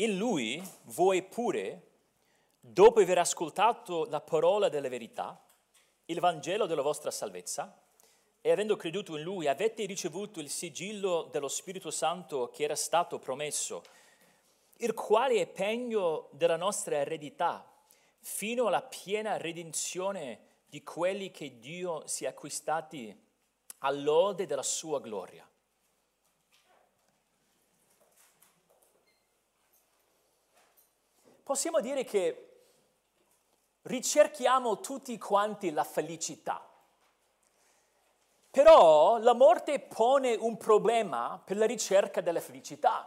in Lui voi pure, dopo aver ascoltato la parola della verità, il Vangelo della vostra salvezza, e avendo creduto in Lui, avete ricevuto il sigillo dello Spirito Santo che era stato promesso, il quale è pegno della nostra eredità, fino alla piena redenzione di quelli che Dio si è acquistati all'ode della sua gloria. Possiamo dire che ricerchiamo tutti quanti la felicità, però la morte pone un problema per la ricerca della felicità.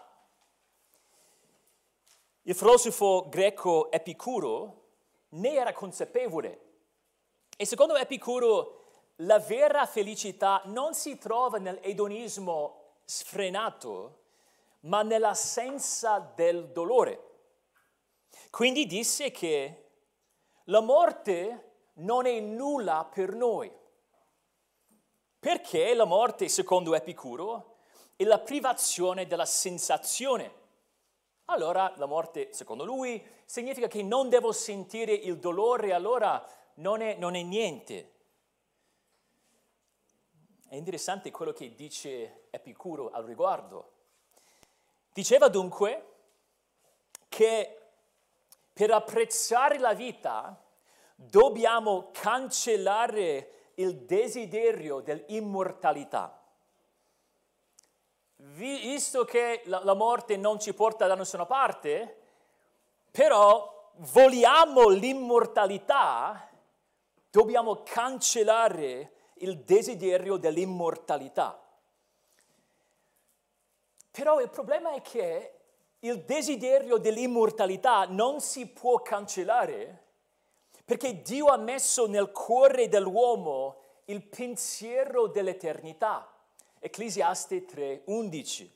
Il filosofo greco Epicuro ne era consapevole e secondo Epicuro la vera felicità non si trova nell'edonismo sfrenato, ma nell'assenza del dolore. Quindi disse che la morte non è nulla per noi, perché la morte, secondo Epicuro, è la privazione della sensazione. Allora la morte, secondo lui, significa che non devo sentire il dolore, allora non è niente. È interessante quello che dice Epicuro al riguardo. Diceva dunque che per apprezzare la vita dobbiamo cancellare il desiderio dell'immortalità. Visto che la morte non ci porta da nessuna parte, però vogliamo l'immortalità, dobbiamo cancellare il desiderio dell'immortalità. Però il problema è che il desiderio dell'immortalità non si può cancellare perché Dio ha messo nel cuore dell'uomo il pensiero dell'eternità. Ecclesiaste 3:11.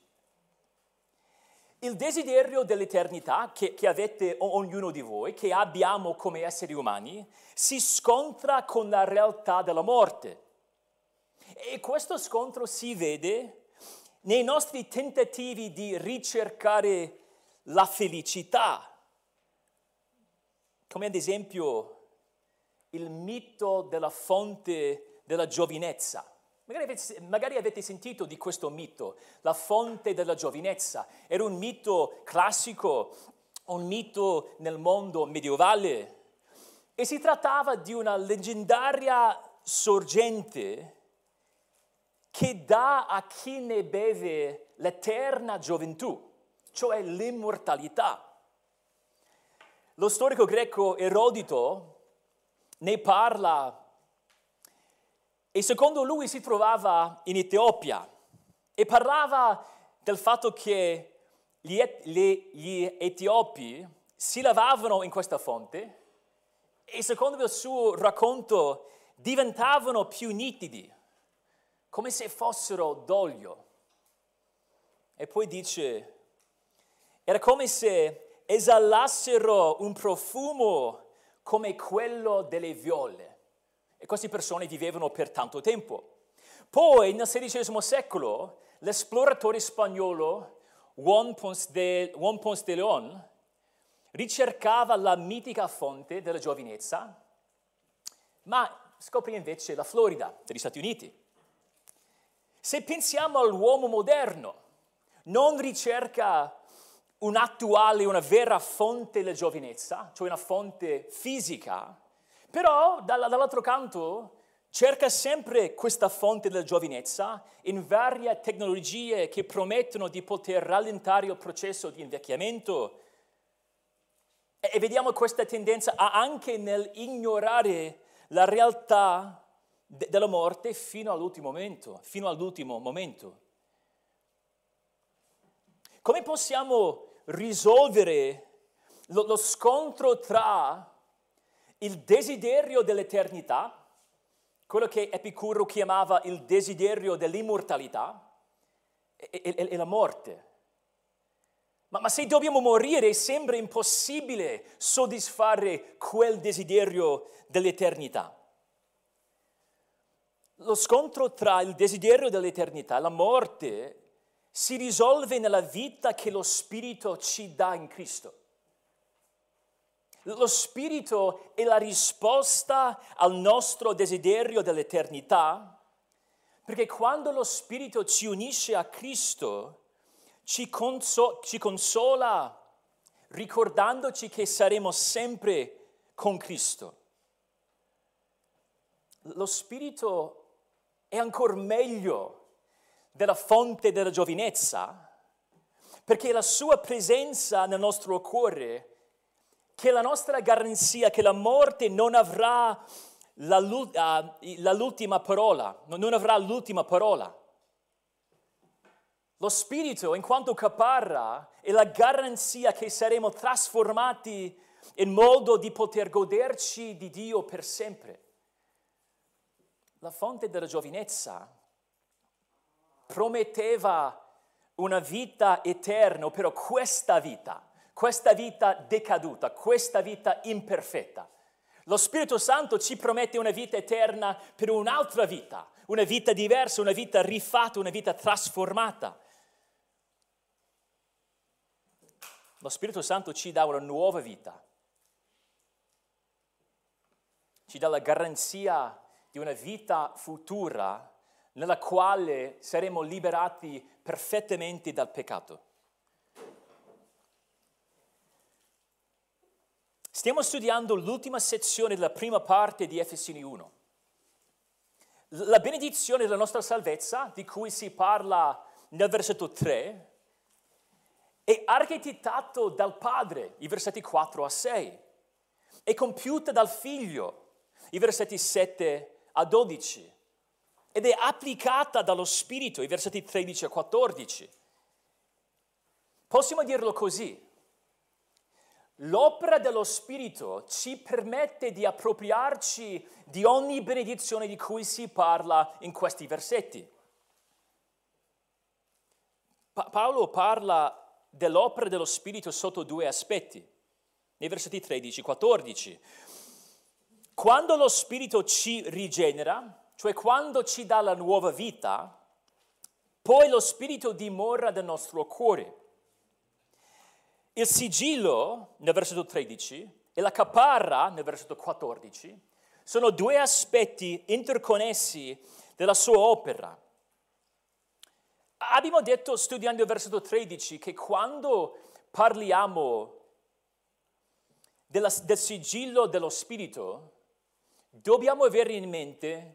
Il desiderio dell'eternità che avete ognuno di voi, che abbiamo come esseri umani, si scontra con la realtà della morte. E questo scontro si vede nei nostri tentativi di ricercare la felicità, come ad esempio il mito della fonte della giovinezza. Magari avete sentito di questo mito, la fonte della giovinezza. Era un mito classico, un mito nel mondo medievale. E si trattava di una leggendaria sorgente che dà a chi ne beve l'eterna gioventù, cioè l'immortalità. Lo storico greco Erodito ne parla e secondo lui si trovava in Etiopia e parlava del fatto che gli etiopi si lavavano in questa fonte e secondo il suo racconto diventavano più nitidi, come se fossero d'olio. E poi dice, era come se esalassero un profumo come quello delle viole. E queste persone vivevano per tanto tempo. Poi, nel XVI secolo, l'esploratore spagnolo Juan Ponce de León ricercava la mitica fonte della giovinezza, ma scoprì invece la Florida degli Stati Uniti. Se pensiamo all'uomo moderno, non ricerca un'attuale, una vera fonte della giovinezza, cioè una fonte fisica, però dall'altro canto cerca sempre questa fonte della giovinezza in varie tecnologie che promettono di poter rallentare il processo di invecchiamento. E vediamo questa tendenza anche nell'ignorare la realtà della morte fino all'ultimo momento. Come possiamo risolvere lo scontro tra il desiderio dell'eternità, quello che Epicuro chiamava il desiderio dell'immortalità, e la morte? Ma se dobbiamo morire sembra impossibile soddisfare quel desiderio dell'eternità. Lo scontro tra il desiderio dell'eternità e la morte si risolve nella vita che lo Spirito ci dà in Cristo. Lo Spirito è la risposta al nostro desiderio dell'eternità, perché quando lo Spirito ci unisce a Cristo, ci consola ricordandoci che saremo sempre con Cristo. Lo Spirito è ancora meglio della fonte della giovinezza, perché la sua presenza nel nostro cuore, che è la nostra garanzia che la morte non avrà l'ultima parola, non avrà l'ultima parola. Lo Spirito, in quanto caparra, è la garanzia che saremo trasformati in modo di poter goderci di Dio per sempre. La fonte della giovinezza prometteva una vita eterna, però questa vita decaduta, questa vita imperfetta. Lo Spirito Santo ci promette una vita eterna per un'altra vita, una vita diversa, una vita rifatta, una vita trasformata. Lo Spirito Santo ci dà una nuova vita, ci dà la garanzia di una vita futura nella quale saremo liberati perfettamente dal peccato. Stiamo studiando l'ultima sezione della prima parte di Efesini 1. La benedizione della nostra salvezza, di cui si parla nel versetto 3, è architettato dal Padre, i versetti 4 a 6, è compiuta dal Figlio, i versetti 7 a 12, ed è applicata dallo Spirito, i versetti 13 a 14. Possiamo dirlo così: l'opera dello Spirito ci permette di appropriarci di ogni benedizione di cui si parla in questi versetti. Paolo parla dell'opera dello Spirito sotto due aspetti, nei versetti 13 e 14. Quando lo Spirito ci rigenera, cioè quando ci dà la nuova vita, poi lo Spirito dimora nel nostro cuore. Il sigillo, nel versetto 13, e la caparra, nel versetto 14, sono due aspetti interconnessi della sua opera. Abbiamo detto, studiando il versetto 13, che quando parliamo del sigillo dello Spirito, dobbiamo avere in mente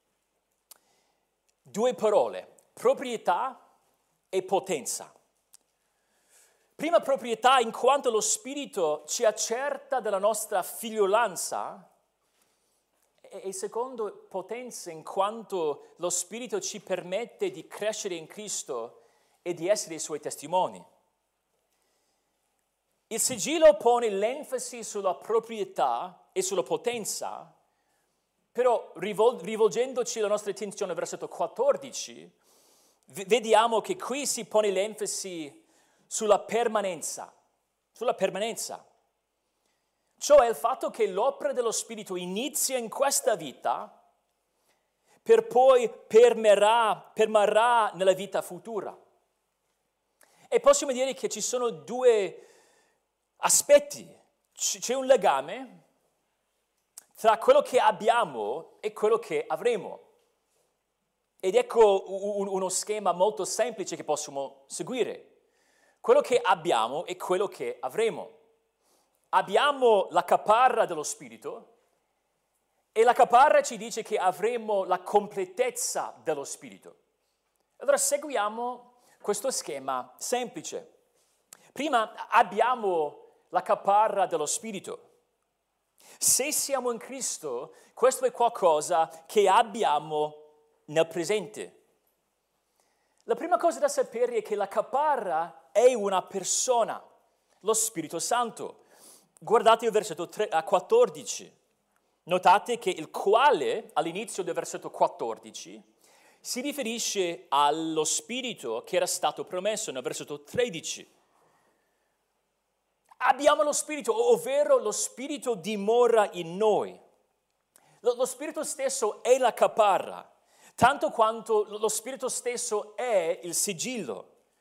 due parole: proprietà e potenza. Prima proprietà, in quanto lo Spirito ci accerta della nostra figliolanza, e secondo potenza, in quanto lo Spirito ci permette di crescere in Cristo e di essere i Suoi testimoni. Il sigillo pone l'enfasi sulla proprietà e sulla potenza, però rivolgendoci la nostra attenzione al versetto 14, vediamo che qui si pone l'enfasi sulla permanenza, cioè il fatto che l'opera dello Spirito inizia in questa vita per poi permarrà nella vita futura. E possiamo dire che ci sono due aspetti, c'è un legame tra quello che abbiamo e quello che avremo. Ed ecco uno schema molto semplice che possiamo seguire. Quello che abbiamo e quello che avremo. Abbiamo la caparra dello Spirito e la caparra ci dice che avremo la completezza dello Spirito. Allora seguiamo questo schema semplice. Prima abbiamo la caparra dello Spirito. Se siamo in Cristo, questo è qualcosa che abbiamo nel presente. La prima cosa da sapere è che la caparra è una persona, lo Spirito Santo. Guardate il versetto 14. Notate che il quale, all'inizio del versetto 14, si riferisce allo Spirito che era stato promesso nel versetto 13. Abbiamo lo Spirito, ovvero lo Spirito dimora in noi. Lo Spirito stesso è la caparra, tanto quanto lo Spirito stesso è il sigillo.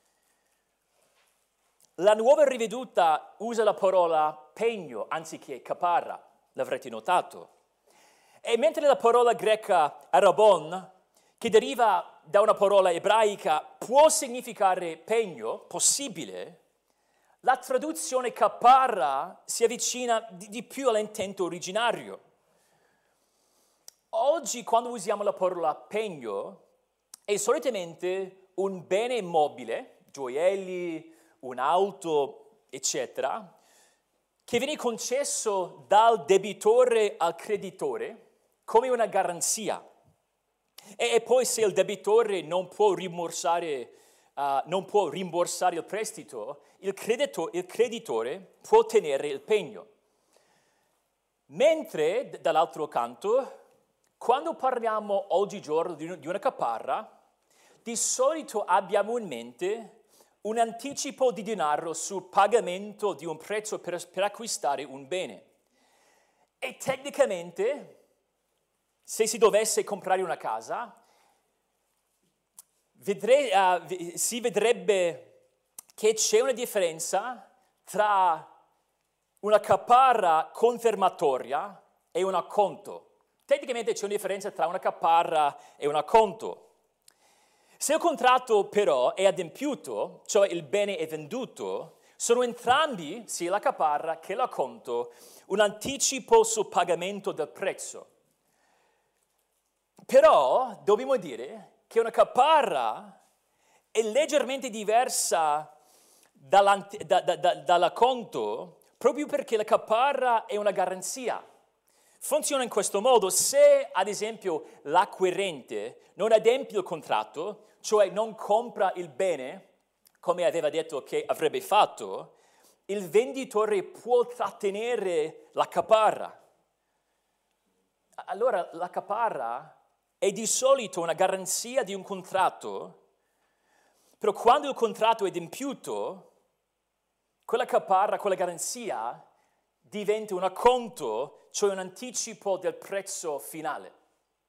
La Nuova Riveduta usa la parola pegno anziché caparra, l'avrete notato. E mentre la parola greca arabon, che deriva da una parola ebraica, può significare pegno, possibile, la traduzione caparra si avvicina di più all'intento originario. Oggi, quando usiamo la parola pegno, è solitamente un bene mobile, gioielli, un'auto, eccetera, che viene concesso dal debitore al creditore come una garanzia. E poi se il debitore non può rimborsare il prestito, il creditore può tenere il pegno. Mentre, dall'altro canto, quando parliamo oggigiorno di una caparra, di solito abbiamo in mente un anticipo di denaro sul pagamento di un prezzo per acquistare un bene. E tecnicamente, se si dovesse comprare una casa, si vedrebbe che c'è una differenza tra una caparra confermatoria e un acconto. Tecnicamente c'è una differenza tra una caparra e un acconto. Se il contratto però è adempiuto, cioè il bene è venduto, sono entrambi, sia la caparra che l'acconto, un anticipo sul pagamento del prezzo. Però dobbiamo dire che una caparra è leggermente diversa dall'acconto proprio perché la caparra è una garanzia. Funziona in questo modo: se ad esempio l'acquirente non adempie il contratto, cioè non compra il bene come aveva detto che avrebbe fatto, il venditore può trattenere la caparra. Allora la caparra è di solito una garanzia di un contratto, però quando il contratto è adempiuto, quella caparra, quella garanzia diventa un acconto, cioè un anticipo del prezzo finale.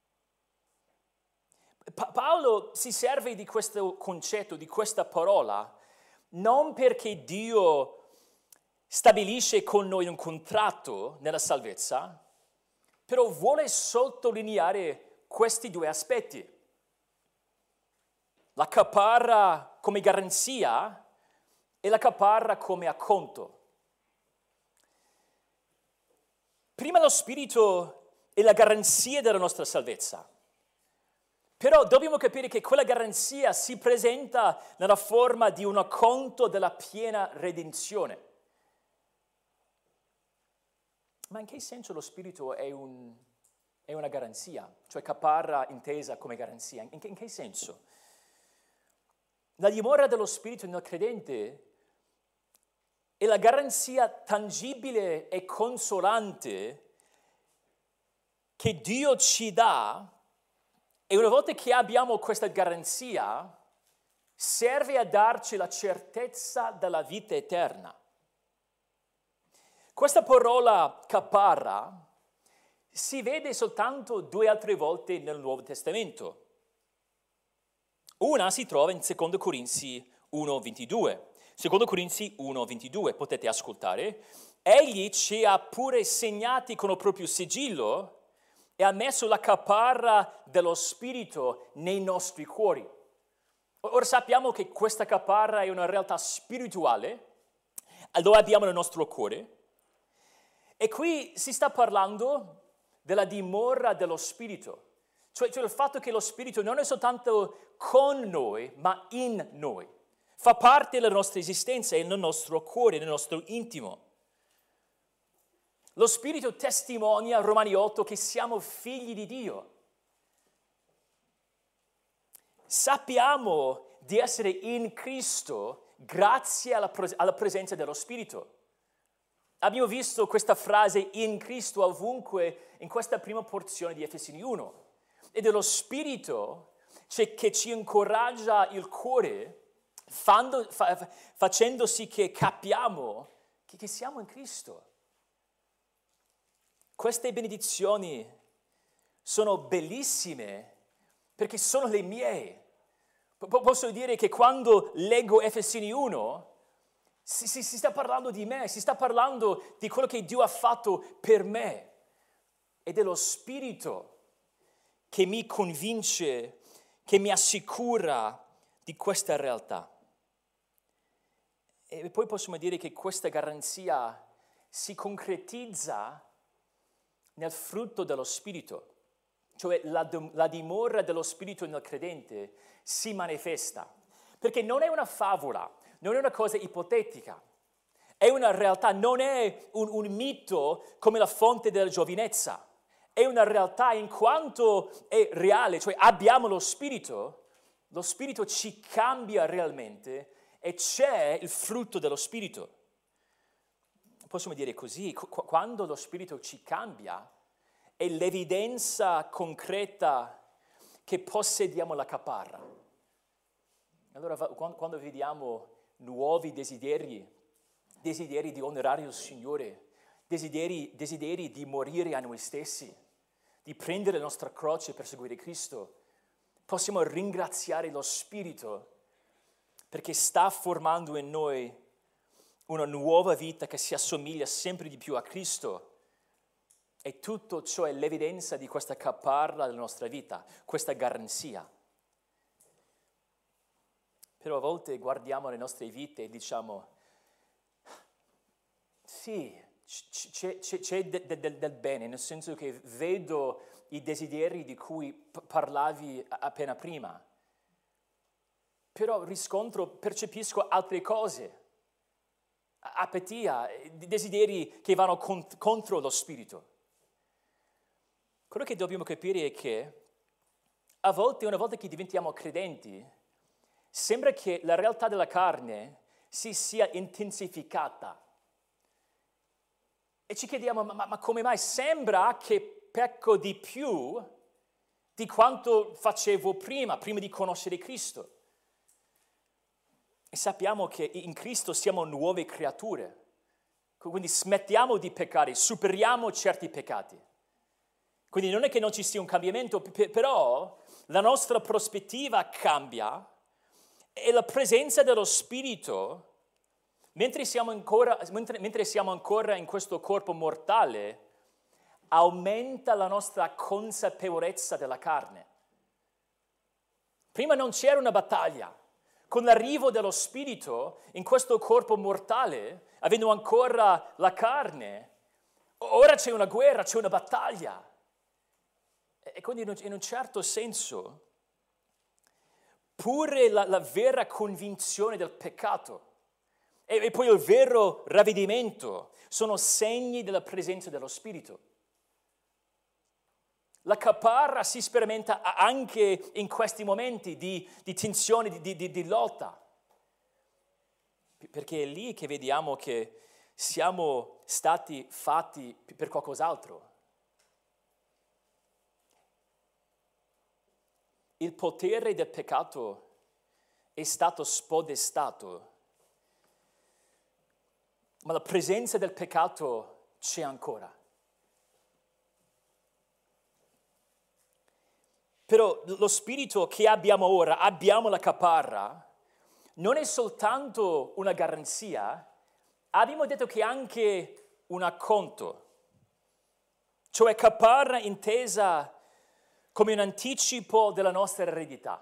Paolo si serve di questo concetto, di questa parola, non perché Dio stabilisce con noi un contratto nella salvezza, però vuole sottolineare questi due aspetti. La caparra come garanzia e la caparra come acconto. Prima lo Spirito è la garanzia della nostra salvezza. Però dobbiamo capire che quella garanzia si presenta nella forma di un acconto della piena redenzione. Ma in che senso lo Spirito è una garanzia? Cioè caparra intesa come garanzia? In che senso? La dimora dello Spirito nel credente è la garanzia tangibile e consolante che Dio ci dà. E una volta che abbiamo questa garanzia, serve a darci la certezza della vita eterna. Questa parola caparra si vede soltanto 2 altre volte nel Nuovo Testamento. Una si trova in 2 Corinzi 1,22. 2 Corinzi 1,22, potete ascoltare. Egli ci ha pure segnati con il proprio sigillo e ha messo la caparra dello Spirito nei nostri cuori. Ora sappiamo che questa caparra è una realtà spirituale, lo abbiamo nel nostro cuore, e qui si sta parlando della dimora dello Spirito, cioè il fatto che lo Spirito non è soltanto con noi, ma in noi. Fa parte della nostra esistenza, è nel nostro cuore, nel nostro intimo. Lo Spirito testimonia, Romani 8, che siamo figli di Dio. Sappiamo di essere in Cristo grazie alla presenza dello Spirito. Abbiamo visto questa frase in Cristo ovunque in questa prima porzione di Efesini 1. E dello Spirito che ci incoraggia il cuore, facendo sì che capiamo che siamo in Cristo. Queste benedizioni sono bellissime perché sono le mie. Posso dire che quando leggo Efesini 1 Si sta parlando di me, si sta parlando di quello che Dio ha fatto per me. Ed è lo Spirito che mi convince, che mi assicura di questa realtà. E poi possiamo dire che questa garanzia si concretizza nel frutto dello Spirito, cioè la dimora dello Spirito nel credente si manifesta, perché non è una favola, non è una cosa ipotetica, è una realtà, non è un mito come la fonte della giovinezza, è una realtà in quanto è reale, cioè abbiamo lo Spirito ci cambia realmente e c'è il frutto dello Spirito. Possiamo dire così, quando lo Spirito ci cambia, è l'evidenza concreta che possediamo la caparra. Allora quando vediamo nuovi desideri di onorare il Signore, desideri di morire a noi stessi, di prendere la nostra croce per seguire Cristo, possiamo ringraziare lo Spirito perché sta formando in noi una nuova vita che si assomiglia sempre di più a Cristo. E tutto ciò è l'evidenza di questa caparra della nostra vita, questa garanzia. Però a volte guardiamo le nostre vite e diciamo, sì, c'è del bene, nel senso che vedo i desideri di cui parlavi appena prima. Però percepisco altre cose, apatia, desideri che vanno contro lo Spirito. Quello che dobbiamo capire è che a volte, una volta che diventiamo credenti, sembra che la realtà della carne si sia intensificata. E ci chiediamo, ma come mai sembra che pecco di più di quanto facevo prima di conoscere Cristo? E sappiamo che in Cristo siamo nuove creature, quindi smettiamo di peccare, superiamo certi peccati. Quindi non è che non ci sia un cambiamento, però la nostra prospettiva cambia e la presenza dello Spirito, mentre siamo ancora in questo corpo mortale, aumenta la nostra consapevolezza della carne. Prima non c'era una battaglia. Con l'arrivo dello Spirito in questo corpo mortale, avendo ancora la carne, ora c'è una guerra, c'è una battaglia. E quindi in un certo senso, pure la vera convinzione del peccato e poi il vero ravvedimento sono segni della presenza dello Spirito. La caparra si sperimenta anche in questi momenti di tensione, di lotta. Perché è lì che vediamo che siamo stati fatti per qualcos'altro. Il potere del peccato è stato spodestato, ma la presenza del peccato c'è ancora. Però lo spirito che abbiamo ora, abbiamo la caparra, non è soltanto una garanzia, abbiamo detto che è anche un acconto, cioè caparra intesa come un anticipo della nostra eredità.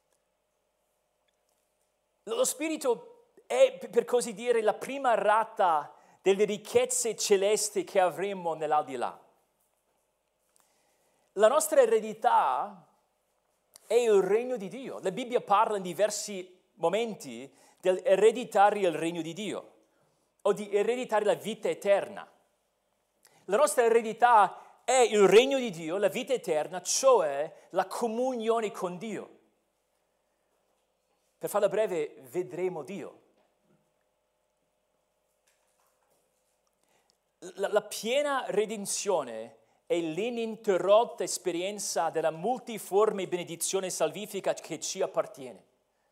Lo spirito è, per così dire, la prima rata delle ricchezze celesti che avremo nell'aldilà. La nostra eredità è il regno di Dio. La Bibbia parla in diversi momenti dell'ereditare il regno di Dio o di ereditare la vita eterna. La nostra eredità è il regno di Dio, la vita eterna, cioè la comunione con Dio. Per farla breve, vedremo Dio. La piena redenzione è l'ininterrotta esperienza della multiforme benedizione salvifica che ci appartiene.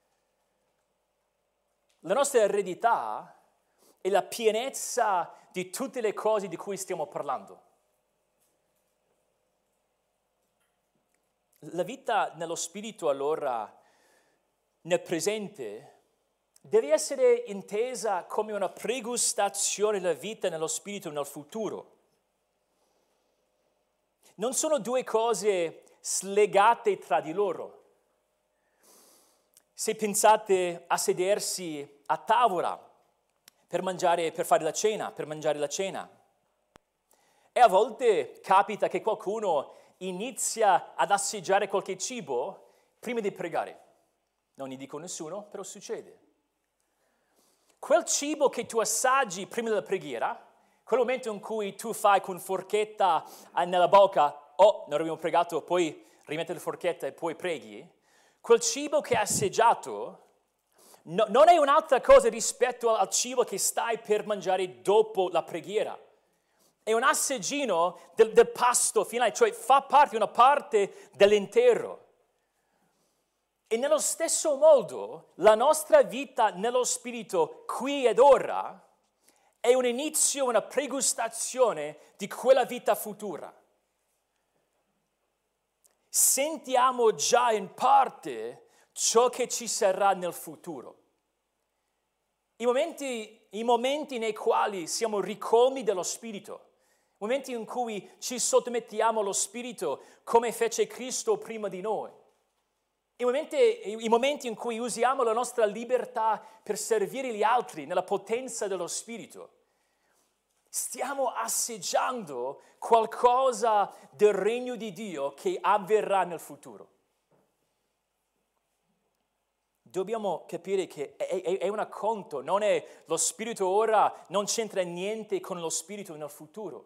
La nostra eredità è la pienezza di tutte le cose di cui stiamo parlando. La vita nello Spirito allora, nel presente, deve essere intesa come una pregustazione della vita nello Spirito nel futuro. Non sono due cose slegate tra di loro. Se pensate a sedersi a tavola per fare la cena, per mangiare la cena, e a volte capita che qualcuno inizia ad assaggiare qualche cibo prima di pregare. Non ne dico nessuno, però succede. Quel cibo che tu assaggi prima della preghiera, quel momento in cui tu fai con forchetta nella bocca, non abbiamo pregato, poi rimetti la forchetta e poi preghi, quel cibo che hai assaggiato non è un'altra cosa rispetto al cibo che stai per mangiare dopo la preghiera. È un assaggino del pasto finale, cioè fa parte, una parte dell'intero. E nello stesso modo, la nostra vita nello Spirito, qui ed ora, è un inizio, una pregustazione di quella vita futura. Sentiamo già in parte ciò che ci sarà nel futuro. I momenti nei quali siamo ricolmi dello Spirito, i momenti in cui ci sottomettiamo allo Spirito come fece Cristo prima di noi, i momenti in cui usiamo la nostra libertà per servire gli altri nella potenza dello Spirito, stiamo assaggiando qualcosa del regno di Dio che avverrà nel futuro. Dobbiamo capire che è un acconto, non è lo Spirito ora, non c'entra niente con lo Spirito nel futuro.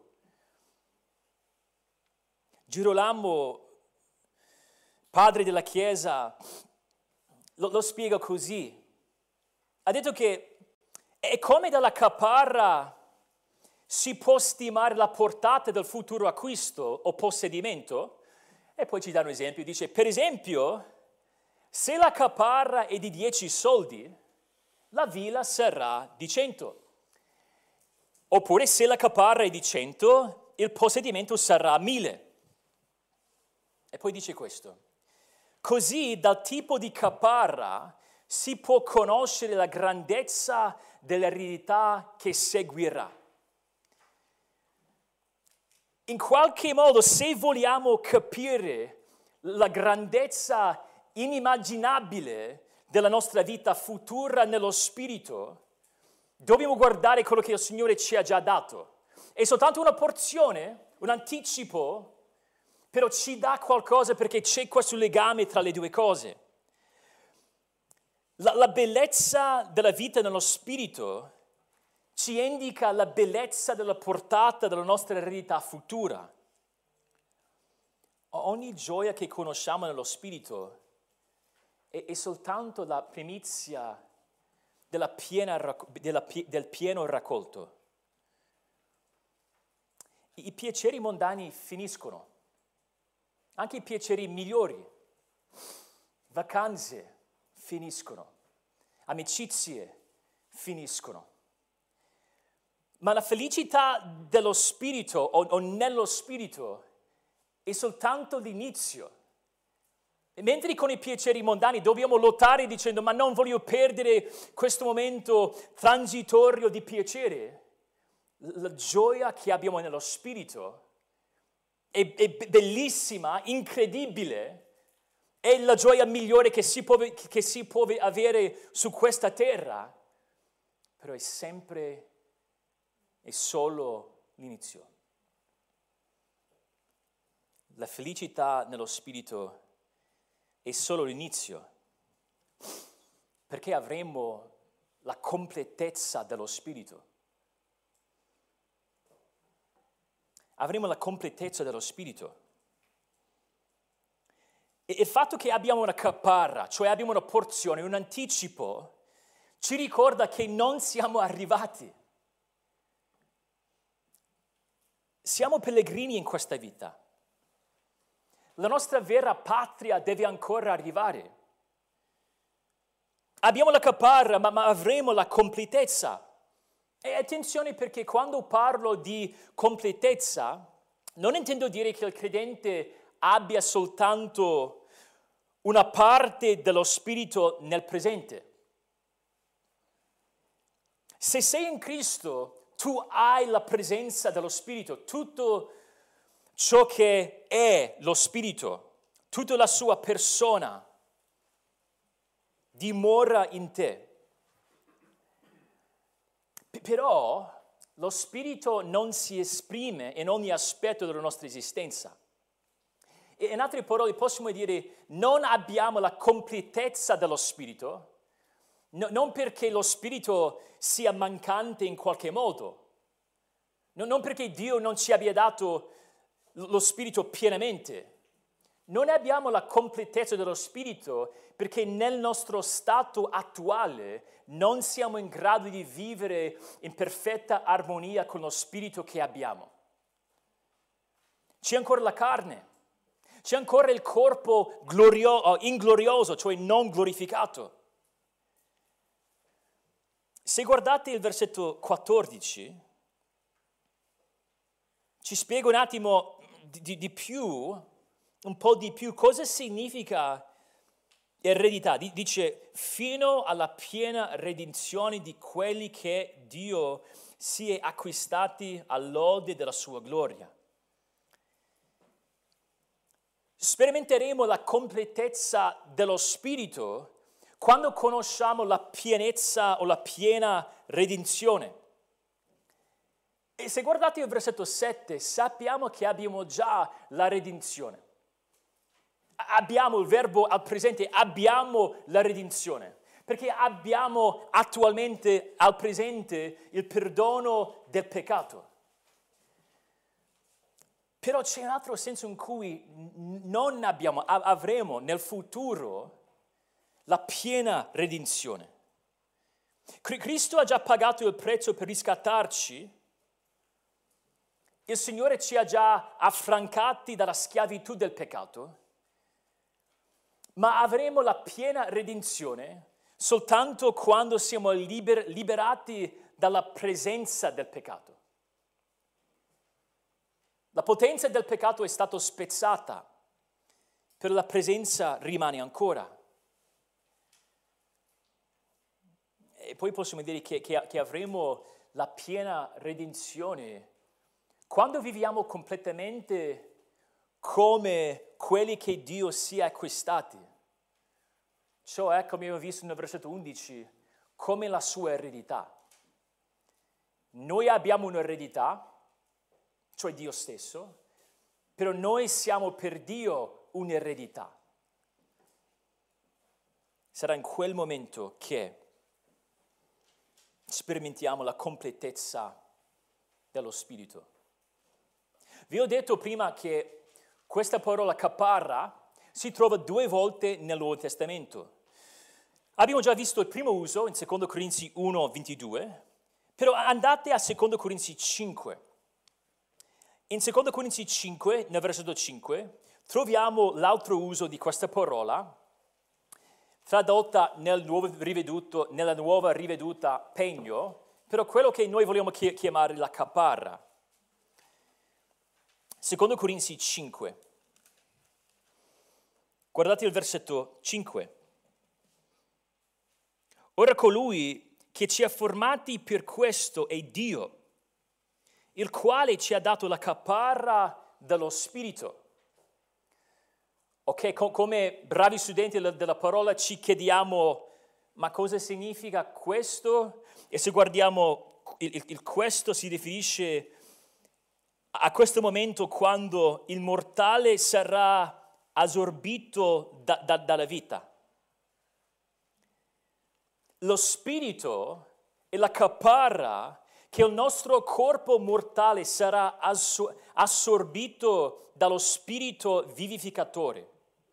Girolamo, padre della Chiesa, lo spiega così. Ha detto che è come dalla caparra si può stimare la portata del futuro acquisto o possedimento, e poi ci dà un esempio, dice, per esempio, se la caparra è di 10 soldi, la villa sarà di 100. Oppure se la caparra è di 100, il possedimento sarà 1000. E poi dice questo, così dal tipo di caparra si può conoscere la grandezza dell'eredità che seguirà. In qualche modo, se vogliamo capire la grandezza inimmaginabile della nostra vita futura nello Spirito, dobbiamo guardare quello che il Signore ci ha già dato. È soltanto una porzione, un anticipo, però ci dà qualcosa perché c'è questo legame tra le due cose. La bellezza della vita nello Spirito ci indica la bellezza della portata della nostra eredità futura. Ogni gioia che conosciamo nello Spirito è soltanto la primizia del pieno raccolto. I piaceri mondani finiscono, anche i piaceri migliori, vacanze finiscono, amicizie finiscono. Ma la felicità dello Spirito o nello Spirito è soltanto l'inizio. E mentre con i piaceri mondani dobbiamo lottare dicendo ma non voglio perdere questo momento transitorio di piacere, la gioia che abbiamo nello Spirito è bellissima, incredibile, è la gioia migliore che si può avere su questa terra, però è solo l'inizio. La felicità nello Spirito è solo l'inizio, perché avremo la completezza dello Spirito. Avremo la completezza dello Spirito. E il fatto che abbiamo una caparra, cioè abbiamo una porzione, un anticipo, ci ricorda che non siamo arrivati. Siamo pellegrini in questa vita. La nostra vera patria deve ancora arrivare. Abbiamo la caparra, ma avremo la completezza. E attenzione perché quando parlo di completezza, non intendo dire che il credente abbia soltanto una parte dello Spirito nel presente. Se sei in Cristo, tu hai la presenza dello Spirito, tutto ciò che è lo Spirito, tutta la sua persona dimora in te. Però lo Spirito non si esprime in ogni aspetto della nostra esistenza. E in altre parole possiamo dire, non abbiamo la completezza dello Spirito, non perché lo Spirito sia mancante in qualche modo, non perché Dio non ci abbia dato lo Spirito pienamente. Non abbiamo la completezza dello Spirito perché nel nostro stato attuale non siamo in grado di vivere in perfetta armonia con lo Spirito che abbiamo. C'è ancora la carne, c'è ancora il corpo inglorioso, cioè non glorificato. Se guardate il versetto 14, ci spiega un attimo di più, un po' di più, cosa significa eredità. Dice, fino alla piena redenzione di quelli che Dio si è acquistati all'ode della sua gloria. Sperimenteremo la completezza dello Spirito quando conosciamo la pienezza o la piena redenzione. E se guardate il versetto 7, sappiamo che abbiamo già la redenzione. Abbiamo il verbo al presente, abbiamo la redenzione, perché abbiamo attualmente al presente il perdono del peccato. Però c'è un altro senso in cui avremo nel futuro la piena redenzione. Cristo ha già pagato il prezzo per riscattarci. Il Signore ci ha già affrancati dalla schiavitù del peccato, ma avremo la piena redenzione soltanto quando siamo liberati dalla presenza del peccato. La potenza del peccato è stata spezzata, però la presenza rimane ancora. E poi possiamo dire che avremo la piena redenzione quando viviamo completamente come quelli che Dio si è acquistati. Cioè, come abbiamo visto nel versetto 11, come la sua eredità. Noi abbiamo un'eredità, cioè Dio stesso, però noi siamo per Dio un'eredità. Sarà in quel momento che sperimentiamo la completezza dello Spirito. Vi ho detto prima che questa parola caparra si trova 2 volte nel Nuovo Testamento. Abbiamo già visto il primo uso in 2 Corinzi 1, 22, però andate a 2 Corinzi 5. In 2 Corinzi 5, nel versetto 5, troviamo l'altro uso di questa parola, tradotta nella nuova riveduta Pegno, però quello che noi vogliamo chiamare la caparra. 2 Corinzi 5. Guardate il versetto 5. Ora colui che ci ha formati per questo è Dio, il quale ci ha dato la caparra dello Spirito. Ok, come bravi studenti della parola ci chiediamo, ma cosa significa questo? E se guardiamo, il questo si riferisce a questo momento quando il mortale sarà assorbito dalla vita. Lo Spirito è la caparra che il nostro corpo mortale sarà assorbito dallo Spirito vivificatore.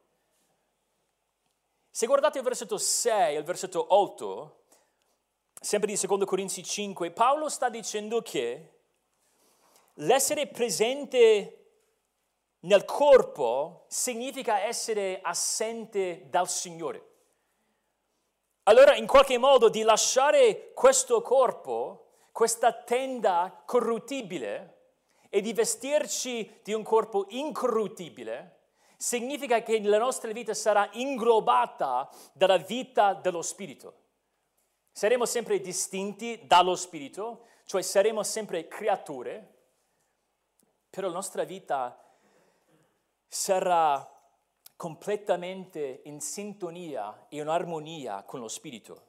Se guardate il versetto 6 e il versetto 8, sempre di 2 Corinzi 5, Paolo sta dicendo che l'essere presente nel corpo significa essere assente dal Signore. Allora, in qualche modo, di lasciare questo corpo, questa tenda corruttibile, e di vestirci di un corpo incorruttibile, significa che la nostra vita sarà inglobata dalla vita dello Spirito. Saremo sempre distinti dallo Spirito, cioè saremo sempre creature, però la nostra vita sarà completamente in sintonia e in armonia con lo Spirito.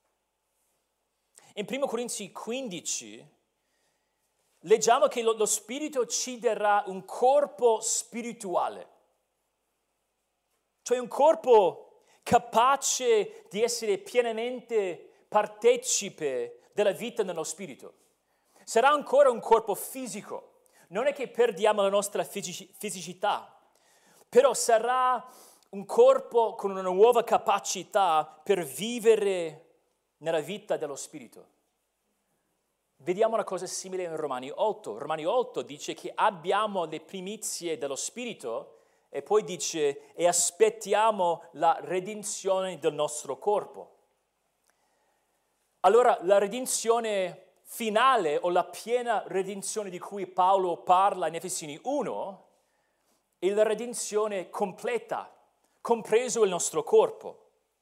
In 1 Corinzi 15 leggiamo che lo Spirito ci darà un corpo spirituale, cioè un corpo capace di essere pienamente partecipe della vita nello Spirito. Sarà ancora un corpo fisico, non è che perdiamo la nostra fisicità, però sarà un corpo con una nuova capacità per vivere nella vita dello Spirito. Vediamo una cosa simile in Romani 8. Romani 8 dice che abbiamo le primizie dello Spirito e poi dice e aspettiamo la redenzione del nostro corpo. Allora la redenzione finale o la piena redenzione di cui Paolo parla in Efesini 1 è la redenzione completa, compreso il nostro corpo.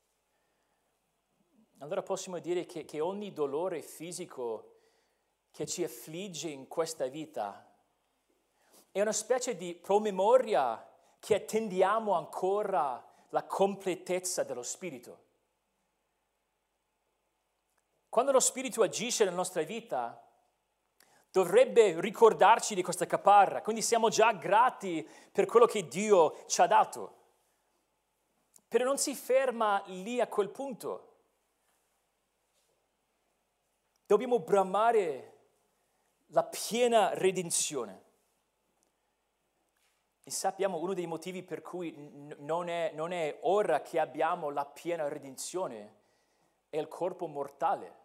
Allora possiamo dire che ogni dolore fisico che ci affligge in questa vita è una specie di promemoria che attendiamo ancora la completezza dello Spirito. Quando lo Spirito agisce nella nostra vita, dovrebbe ricordarci di questa caparra, quindi siamo già grati per quello che Dio ci ha dato. Però non si ferma lì a quel punto. Dobbiamo bramare la piena redenzione. E sappiamo uno dei motivi per cui non è ora che abbiamo la piena redenzione, è il corpo mortale.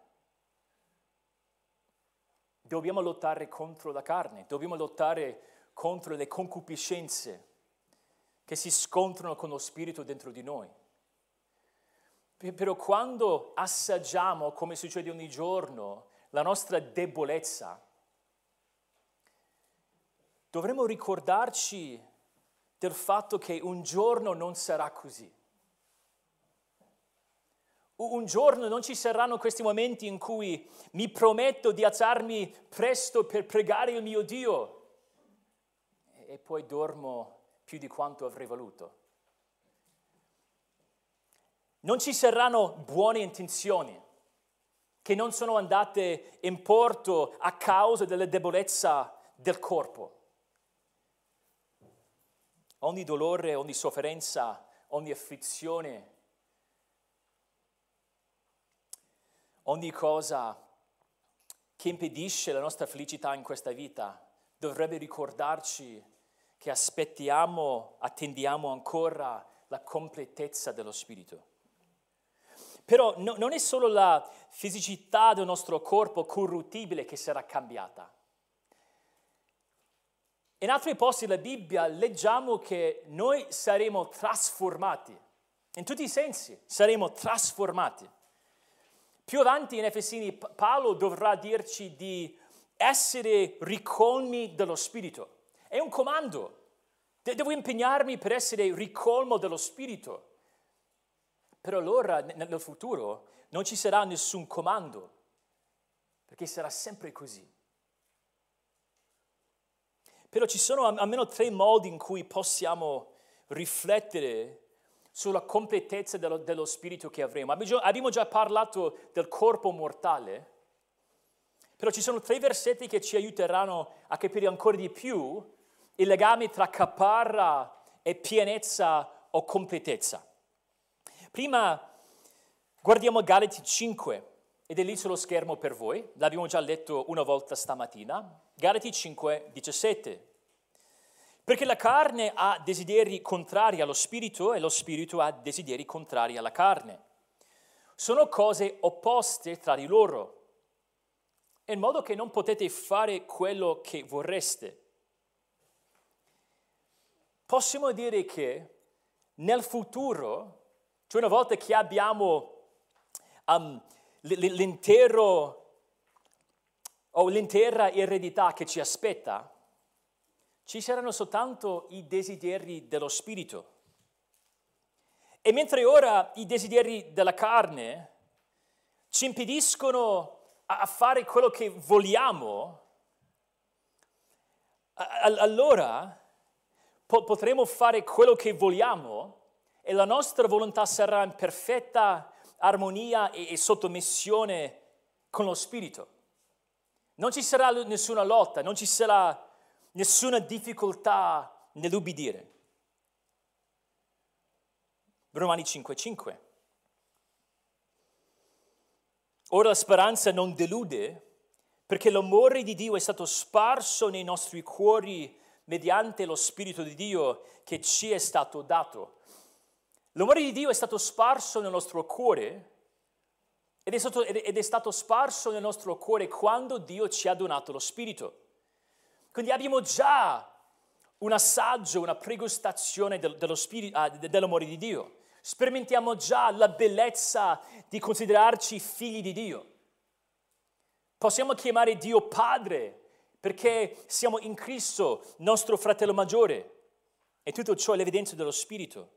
Dobbiamo lottare contro la carne, dobbiamo lottare contro le concupiscenze che si scontrano con lo spirito dentro di noi. Però quando assaggiamo, come succede ogni giorno, la nostra debolezza, dovremmo ricordarci del fatto che un giorno non sarà così. Un giorno non ci saranno questi momenti in cui mi prometto di alzarmi presto per pregare il mio Dio e poi dormo più di quanto avrei voluto. Non ci saranno buone intenzioni che non sono andate in porto a causa della debolezza del corpo. Ogni dolore, ogni sofferenza, ogni afflizione, ogni cosa che impedisce la nostra felicità in questa vita dovrebbe ricordarci che attendiamo ancora la completezza dello Spirito. Però non è solo la fisicità del nostro corpo corruttibile che sarà cambiata. In altri posti della Bibbia leggiamo che noi saremo trasformati, in tutti i sensi saremo trasformati. Più avanti in Efesini Paolo dovrà dirci di essere ricolmi dello Spirito. È un comando. Devo impegnarmi per essere ricolmo dello Spirito. Però allora nel futuro non ci sarà nessun comando, perché sarà sempre così. Però ci sono almeno 3 modi in cui possiamo riflettere sulla completezza dello spirito che avremo. Abbiamo già parlato del corpo mortale, però ci sono 3 versetti che ci aiuteranno a capire ancora di più il legame tra caparra e pienezza o completezza. Prima guardiamo Galati 5, ed è lì sullo schermo per voi, l'abbiamo già letto una volta stamattina, Galati 5, 17. Perché la carne ha desideri contrari allo spirito e lo spirito ha desideri contrari alla carne. Sono cose opposte tra di loro, in modo che non potete fare quello che vorreste. Possiamo dire che nel futuro, cioè una volta che abbiamo l'intera eredità che ci aspetta, ci saranno soltanto i desideri dello spirito. E mentre ora i desideri della carne ci impediscono a fare quello che vogliamo, allora potremo fare quello che vogliamo e la nostra volontà sarà in perfetta armonia e sottomissione con lo Spirito. Non ci sarà nessuna lotta, non ci sarà nessuna difficoltà nell'ubbidire. Romani 5:5. Ora la speranza non delude, perché l'amore di Dio è stato sparso nei nostri cuori mediante lo Spirito di Dio che ci è stato dato. L'amore di Dio è stato sparso nel nostro cuore ed è stato sparso nel nostro cuore quando Dio ci ha donato lo Spirito. Quindi abbiamo già un assaggio, una pregustazione dell'amore di Dio. Sperimentiamo già la bellezza di considerarci figli di Dio. Possiamo chiamare Dio Padre perché siamo in Cristo, nostro fratello maggiore. E tutto ciò è l'evidenza dello Spirito.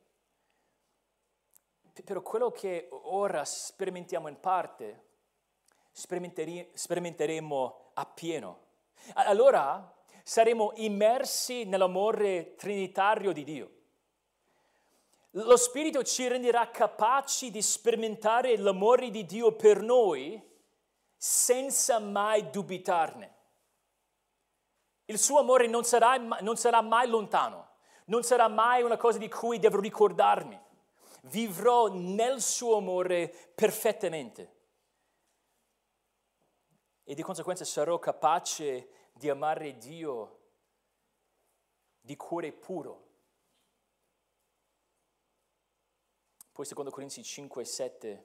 Però quello che ora sperimentiamo in parte, sperimenteremo appieno. Allora saremo immersi nell'amore trinitario di Dio. Lo Spirito ci renderà capaci di sperimentare l'amore di Dio per noi senza mai dubitarne. Il suo amore non sarà mai lontano, non sarà mai una cosa di cui devo ricordarmi. Vivrò nel suo amore perfettamente. E di conseguenza sarò capace di amare Dio di cuore puro. Poi 2 Corinzi 5:7,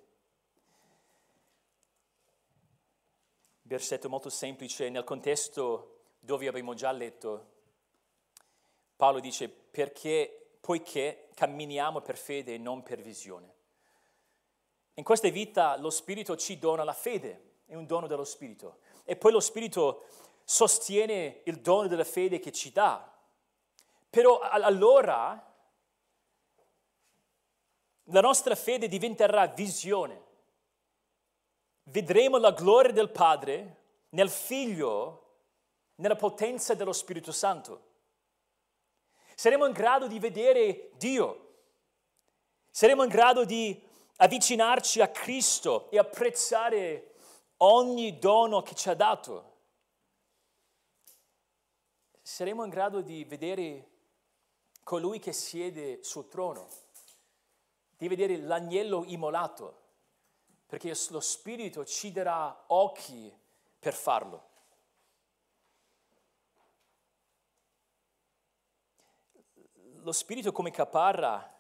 versetto molto semplice, nel contesto dove abbiamo già letto, Paolo dice, poiché camminiamo per fede e non per visione. In questa vita lo Spirito ci dona la fede, è un dono dello Spirito. E poi lo Spirito sostiene il dono della fede che ci dà. Però allora la nostra fede diventerà visione. Vedremo la gloria del Padre nel Figlio, nella potenza dello Spirito Santo. Saremo in grado di vedere Dio. Saremo in grado di avvicinarci a Cristo e apprezzare ogni dono che ci ha dato. Saremo in grado di vedere colui che siede sul trono, di vedere l'agnello immolato, perché lo Spirito ci darà occhi per farlo. Lo Spirito come caparra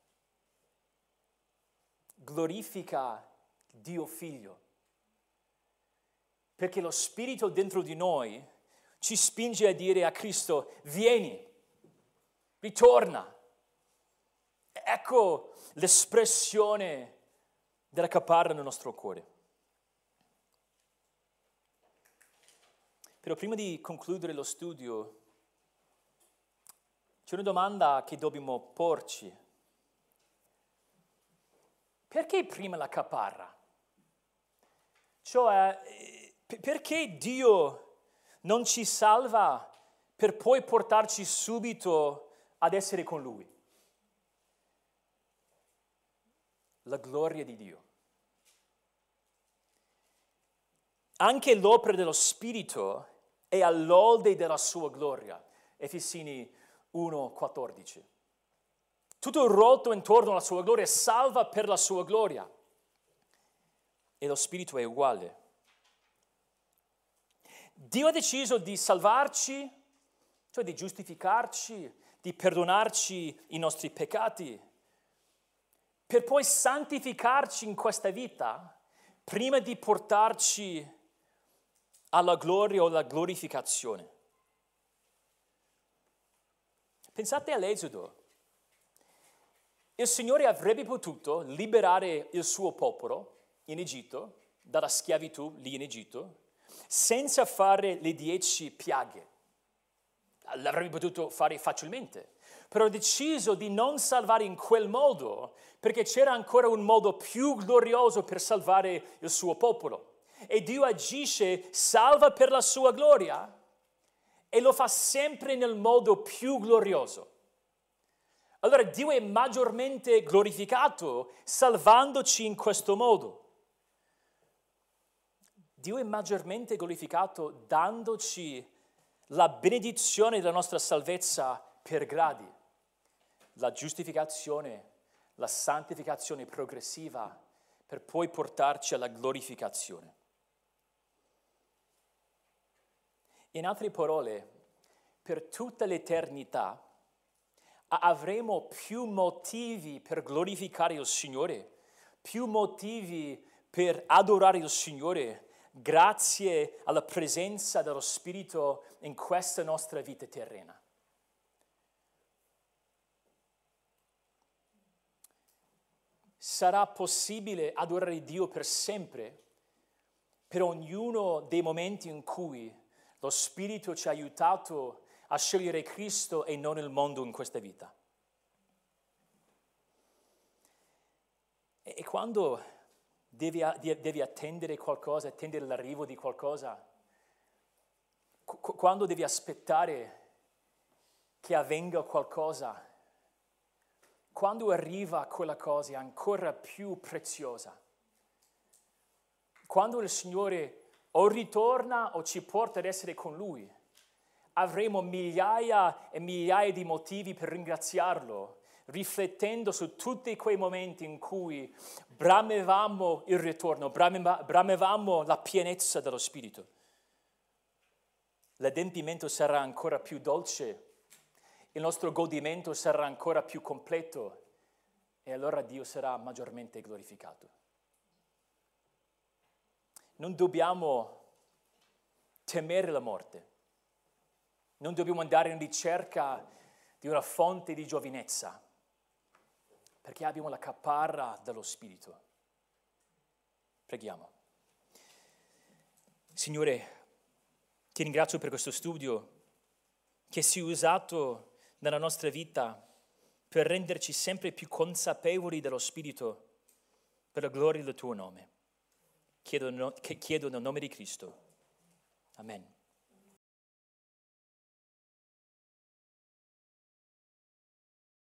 glorifica Dio Figlio, perché lo Spirito dentro di noi ci spinge a dire a Cristo, vieni, ritorna. Ecco l'espressione della caparra nel nostro cuore. Però prima di concludere lo studio, c'è una domanda che dobbiamo porci. Perché prima la caparra? Cioè, perché Dio non ci salva per poi portarci subito ad essere con Lui? La gloria di Dio. Anche l'opera dello Spirito è all'ode della sua gloria. Efesini 1:14. Tutto il rotto intorno alla sua gloria salva per la sua gloria. E lo Spirito è uguale. Dio ha deciso di salvarci, cioè di giustificarci, di perdonarci i nostri peccati, per poi santificarci in questa vita, prima di portarci alla gloria o alla glorificazione. Pensate all'Esodo. Il Signore avrebbe potuto liberare il suo popolo in Egitto, dalla schiavitù lì in Egitto, senza fare le 10 piaghe. L'avrebbe potuto fare facilmente. però ha deciso di non salvare in quel modo, perché c'era ancora un modo più glorioso per salvare il suo popolo. E Dio agisce, salva per la sua gloria, e lo fa sempre nel modo più glorioso. Allora Dio è maggiormente glorificato salvandoci in questo modo. Dio è maggiormente glorificato dandoci la benedizione della nostra salvezza per gradi. La giustificazione, la santificazione progressiva, per poi portarci alla glorificazione. In altre parole, per tutta l'eternità avremo più motivi per glorificare il Signore, più motivi per adorare il Signore, grazie alla presenza dello Spirito in questa nostra vita terrena. Sarà possibile adorare Dio per sempre, per ognuno dei momenti in cui lo Spirito ci ha aiutato a scegliere Cristo e non il mondo in questa vita. E quando devi attendere qualcosa, attendere l'arrivo di qualcosa, quando devi aspettare che avvenga qualcosa, quando arriva quella cosa è ancora più preziosa. Quando il Signore o ritorna o ci porta ad essere con Lui, avremo migliaia e migliaia di motivi per ringraziarlo, riflettendo su tutti quei momenti in cui bramevamo il ritorno, bramevamo la pienezza dello Spirito. L'adempimento sarà ancora più dolce, il nostro godimento sarà ancora più completo e allora Dio sarà maggiormente glorificato. Non dobbiamo temere la morte, non dobbiamo andare in ricerca di una fonte di giovinezza, perché abbiamo la caparra dello Spirito. Preghiamo. Signore, ti ringrazio per questo studio che sia usato nella nostra vita per renderci sempre più consapevoli dello Spirito per la gloria del tuo nome. Chiedo nel nome di Cristo. Amen.